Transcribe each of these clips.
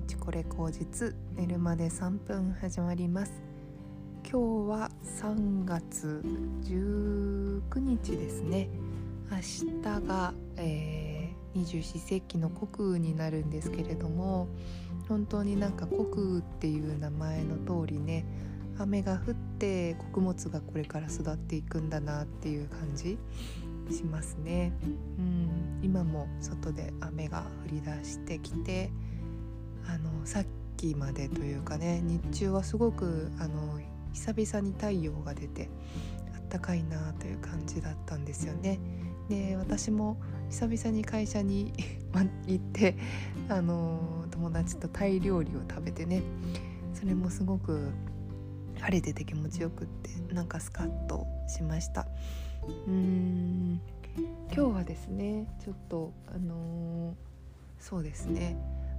日これ口実、寝るまで3分始まります。今日は3月19日ですね。明日が、二十四節気の穀雨になるんですけれども、本当になんか穀雨っていう名前の通りね、雨が降って穀物がこれから育っていくんだなっていう感じしますね。今も外で雨が降り出してきて、さっきまでというかね、日中はすごく久々に太陽が出てあったかいなという感じだったんですよね。で、私も久々に会社に行って友達とタイ料理を食べてね、それもすごく晴れてて気持ちよくって、なんかスカッとしました。今日はですね、ちょっとそうですね、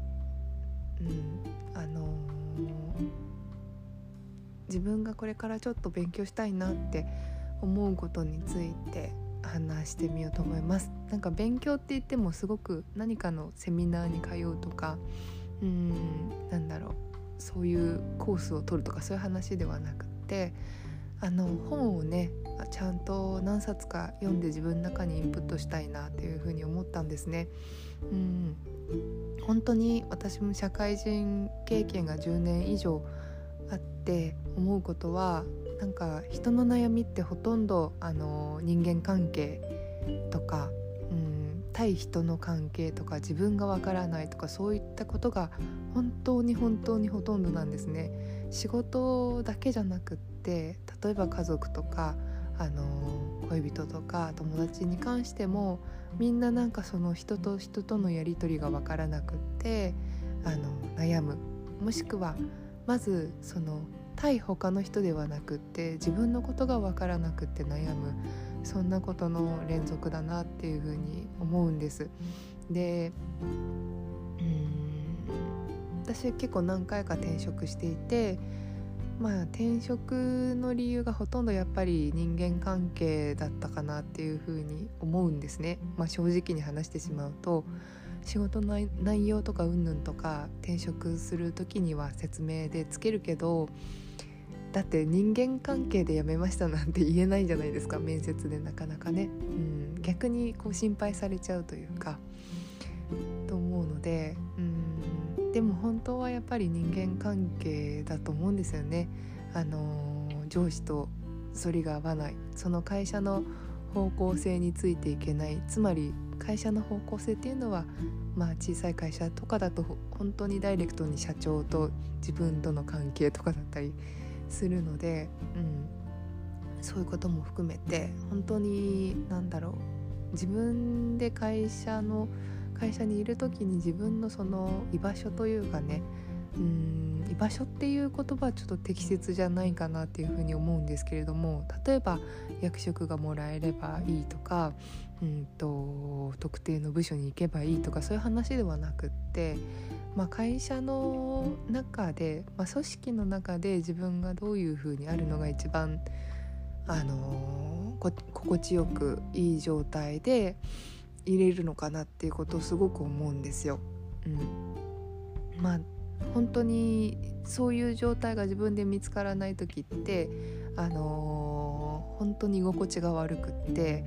自分がこれからちょっと勉強したいなって思うことについて話してみようと思います。なんか勉強って言ってもすごく何かのセミナーに通うとか、そういうコースを取るとかそういう話ではなくて、本をねちゃんと何冊か読んで自分の中にインプットしたいなというふうに思ったんですね。本当に私も社会人経験が10年以上あって思うことは、なんか人の悩みってほとんど人間関係とか、対人の関係とか自分がわからないとか、そういったことが本当にほとんどなんですね。仕事だけじゃなくって、例えば家族とか恋人とか友達に関しても、みんななんかその人と人とのやり取りがわからなくって悩む、もしくはまずその対他の人ではなくって自分のことがわからなくって悩む、そんなことの連続だなっていうふうに思うんです。で、私結構何回か転職していて、転職の理由がほとんどやっぱり人間関係だったかなっていうふうに思うんですね。正直に話してしまうと、仕事の内容とか云々とか転職する時には説明でつけるけど、だって人間関係で辞めましたなんて言えないじゃないですか、面接でなかなかね。逆にこう心配されちゃうというかと思うので、でも本当はやっぱり人間関係だと思うんですよね。上司と反りが合わない、その会社の方向性についていけない、つまり会社の方向性っていうのは、小さい会社とかだと本当にダイレクトに社長と自分との関係とかだったりするので、そういうことも含めて本当に自分で会社にいる時に自分のその居場所というかね、居場所っていう言葉はちょっと適切じゃないかなっていうふうに思うんですけれども、例えば役職がもらえればいいとか、特定の部署に行けばいいとか、そういう話ではなくって、会社の中で、組織の中で自分がどういうふうにあるのが一番心地よくいい状態で入れるのかなっていうことをすごく思うんですよ。本当にそういう状態が自分で見つからない時って、本当に居心地が悪くって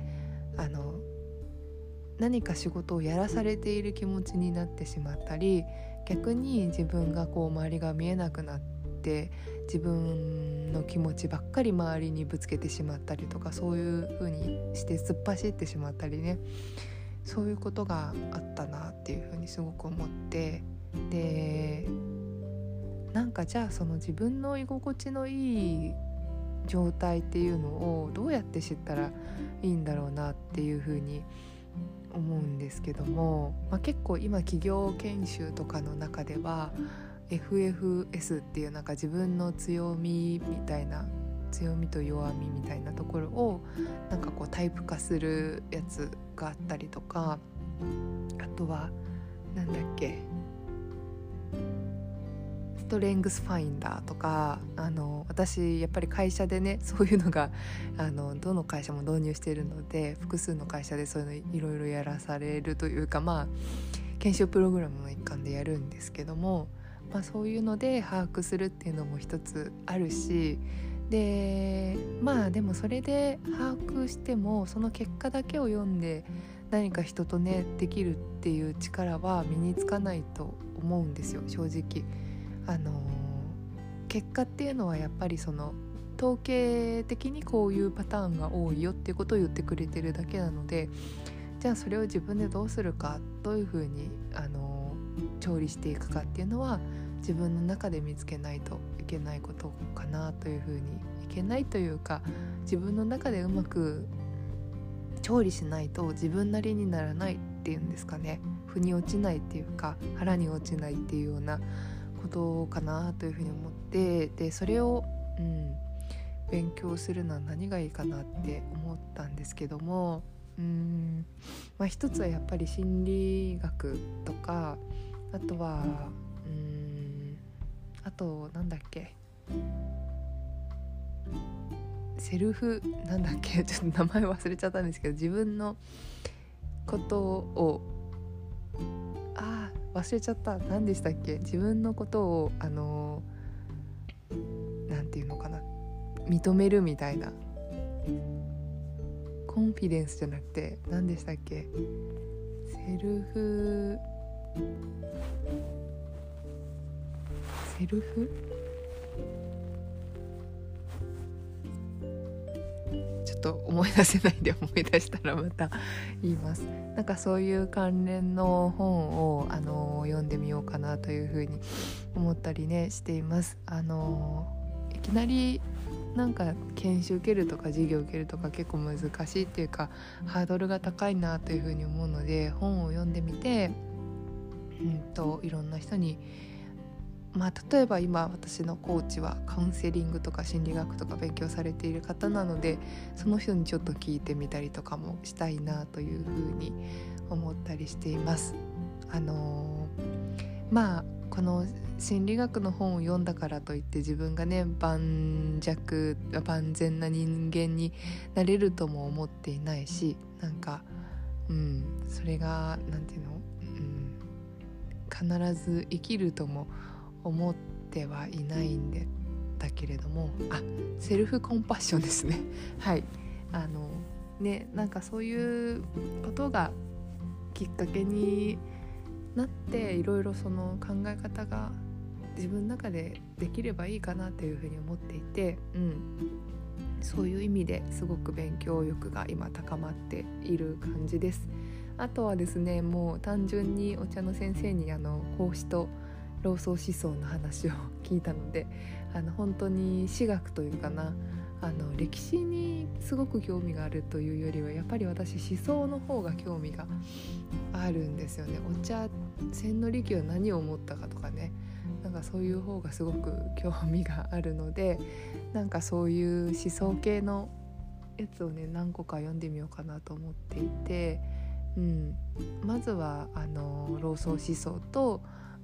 何か仕事をやらされている気持ちになってしまったり、逆に自分が周りが見えなくなって自分の気持ちばっかり周りにぶつけてしまったりとか、そういう風にして突っ走ってしまったりね、そういうことがあったなっていう風にすごく思って、でじゃあその自分の居心地のいい状態っていうのをどうやって知ったらいいんだろうなっていう風に思うんですけども、結構今企業研修とかの中では FFS っていう自分の強みと弱みみたいなところをタイプ化するやつがあったりとか、あとはストレングスファインダーとか、私やっぱり会社でねそういうのがどの会社も導入しているので、複数の会社でそういうのいろいろやらされるというか、研修プログラムの一環でやるんですけども、 そういうので把握するっていうのも一つあるし、ででもそれで把握してもその結果だけを読んで何か人とねできるっていう力は身につかないと思うんですよ、正直。結果っていうのはやっぱりその統計的にこういうパターンが多いよっていうことを言ってくれてるだけなので、じゃあそれを自分でどうするか、どういうふうに調理していくかっていうのは自分の中で見つけないといけないことかなというふうに、いけないというか自分の中でうまく調理しないと自分なりにならないっていうんですかね、腑に落ちないっていうか腹に落ちないっていうようなことかなというふうに思って、でそれを、勉強するのは何がいいかなって思ったんですけども、一つはやっぱり心理学とか、あとはあとなんだっけ、セルフなんだっけちょっと名前忘れちゃったんですけど、自分のことを忘れちゃった、何でしたっけ、自分のことをなんていうのかな、認めるみたいな、コンフィデンスじゃなくて何でしたっけ、セルフちょっと思い出せないんで、思い出したらまた言います。なんかそういう関連の本を読んでみようかなというふうに思ったりねしています。いきなりなんか研修受けるとか授業受けるとか結構難しいっていうかハードルが高いなというふうに思うので、本を読んでみていろんな人に、例えば今私のコーチはカウンセリングとか心理学とか勉強されている方なので、その人にちょっと聞いてみたりとかもしたいなというふうに思ったりしています。この心理学の本を読んだからといって自分がね万全な人間になれるとも思っていないし、なんかそれがなんていうの、必ず生きるとも思ってはいないんだけれども、セルフコンパッションですねはいなんかそういうことがきっかけになっていろいろその考え方が自分の中でできればいいかなというふうに思っていて、そういう意味ですごく勉強欲が今高まっている感じです。あとはですね、もう単純にお茶の先生に孔子と老荘思想の話を聞いたので、本当に史学というかな、歴史にすごく興味があるというよりはやっぱり私思想の方が興味があるんですよね。お茶、千利休は何を思ったかとかね、なんかそういう方がすごく興味があるので、なんかそういう思想系のやつをね何個か読んでみようかなと思っていて、まずは老荘思想と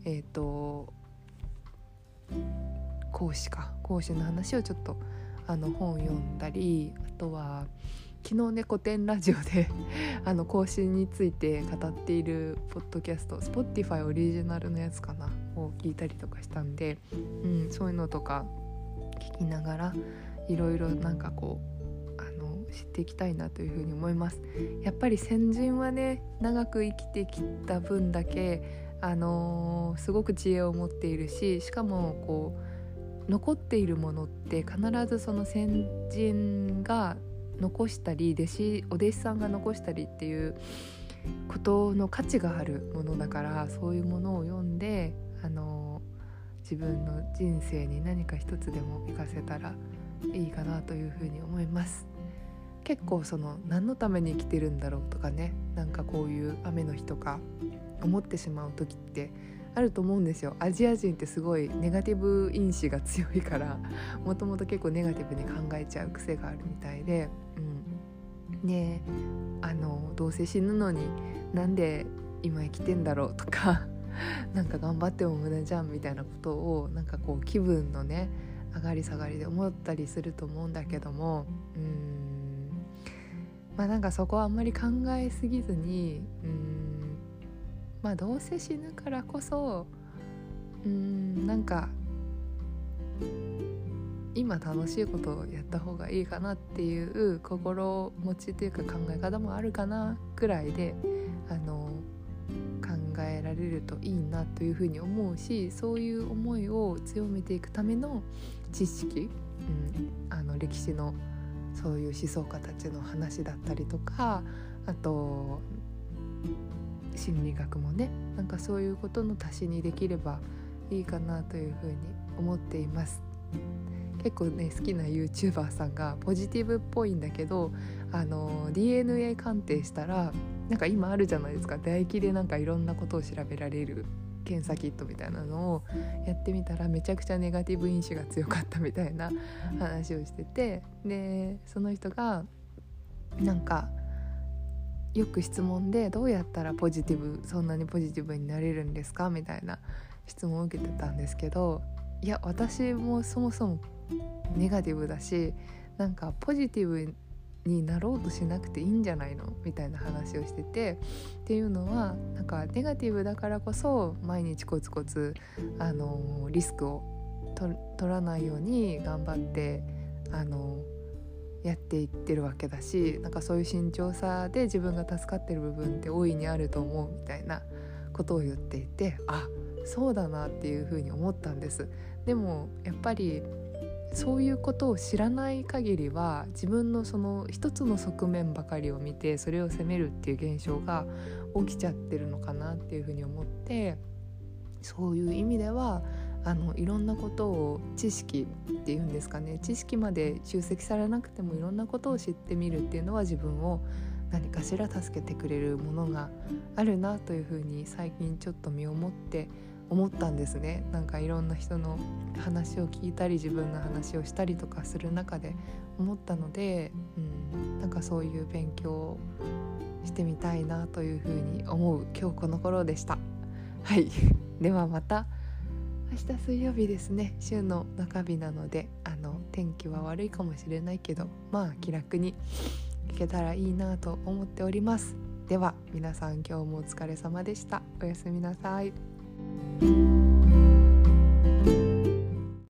孔子の話をちょっと本読んだり、あとは昨日ね古典ラジオで孔子について語っているポッドキャスト Spotify オリジナルのやつかなを聞いたりとかしたんで、そういうのとか聞きながらいろいろなんかこう知っていきたいなというふうに思います。やっぱり先人はね長く生きてきた分だけすごく知恵を持っているし、しかもこう残っているものって必ずその先人が残したりお弟子さんが残したりっていうことの価値があるものだから、そういうものを読んで自分の人生に何か一つでも活かせたらいいかなというふうに思います。結構その何のために生きてるんだろうとかね、なんかこういう雨の日とか思ってしまう時ってあると思うんですよ。アジア人ってすごいネガティブ因子が強いから、もともと結構ネガティブに考えちゃう癖があるみたいで、ねどうせ死ぬのになんで今生きてんだろうとかなんか頑張っても無駄じゃんみたいなことをなんかこう気分のね上がり下がりで思ったりすると思うんだけども、なんかそこはあんまり考えすぎずに、どうせ死ぬからこそなんか今楽しいことをやった方がいいかなっていう心持ちというか考え方もあるかなくらいで考えられるといいなというふうに思うし、そういう思いを強めていくための知識、歴史のそういう思想家たちの話だったりとか、あと心理学もね、なんかそういうことの足しにできればいいかなというふうに思っています。結構ね好きな YouTuber さんがポジティブっぽいんだけどDNA 鑑定したらなんか今あるじゃないですか、唾液でなんかいろんなことを調べられる検査キットみたいなのをやってみたらめちゃくちゃネガティブ因子が強かったみたいな話をしてて、でその人がなんかよく質問でどうやったらそんなにポジティブになれるんですかみたいな質問を受けてたんですけど、いや私もそもそもネガティブだし、なんかポジティブになろうとしなくていいんじゃないのみたいな話をしてて、っていうのはなんかネガティブだからこそ毎日コツコツリスクを取らないように頑張ってやっていってるわけだし、なんかそういう慎重さで自分が助かってる部分って大いにあると思うみたいなことを言っていて、あ、そうだなっていうふうに思ったんです。でもやっぱりそういうことを知らない限りは自分のその一つの側面ばかりを見てそれを責めるっていう現象が起きちゃってるのかなっていうふうに思って、そういう意味ではいろんなことを知識っていうんですかね、知識まで集積されなくてもいろんなことを知ってみるっていうのは自分を何かしら助けてくれるものがあるなというふうに最近ちょっと身をもって思ったんですね。なんかいろんな人の話を聞いたり自分の話をしたりとかする中で思ったので、なんかそういう勉強をしてみたいなというふうに思う今日この頃でした。はいではまた明日水曜日ですね。週の中日なので天気は悪いかもしれないけど、まあ気楽に行けたらいいなと思っております。では皆さん今日もお疲れ様でした。おやすみなさい。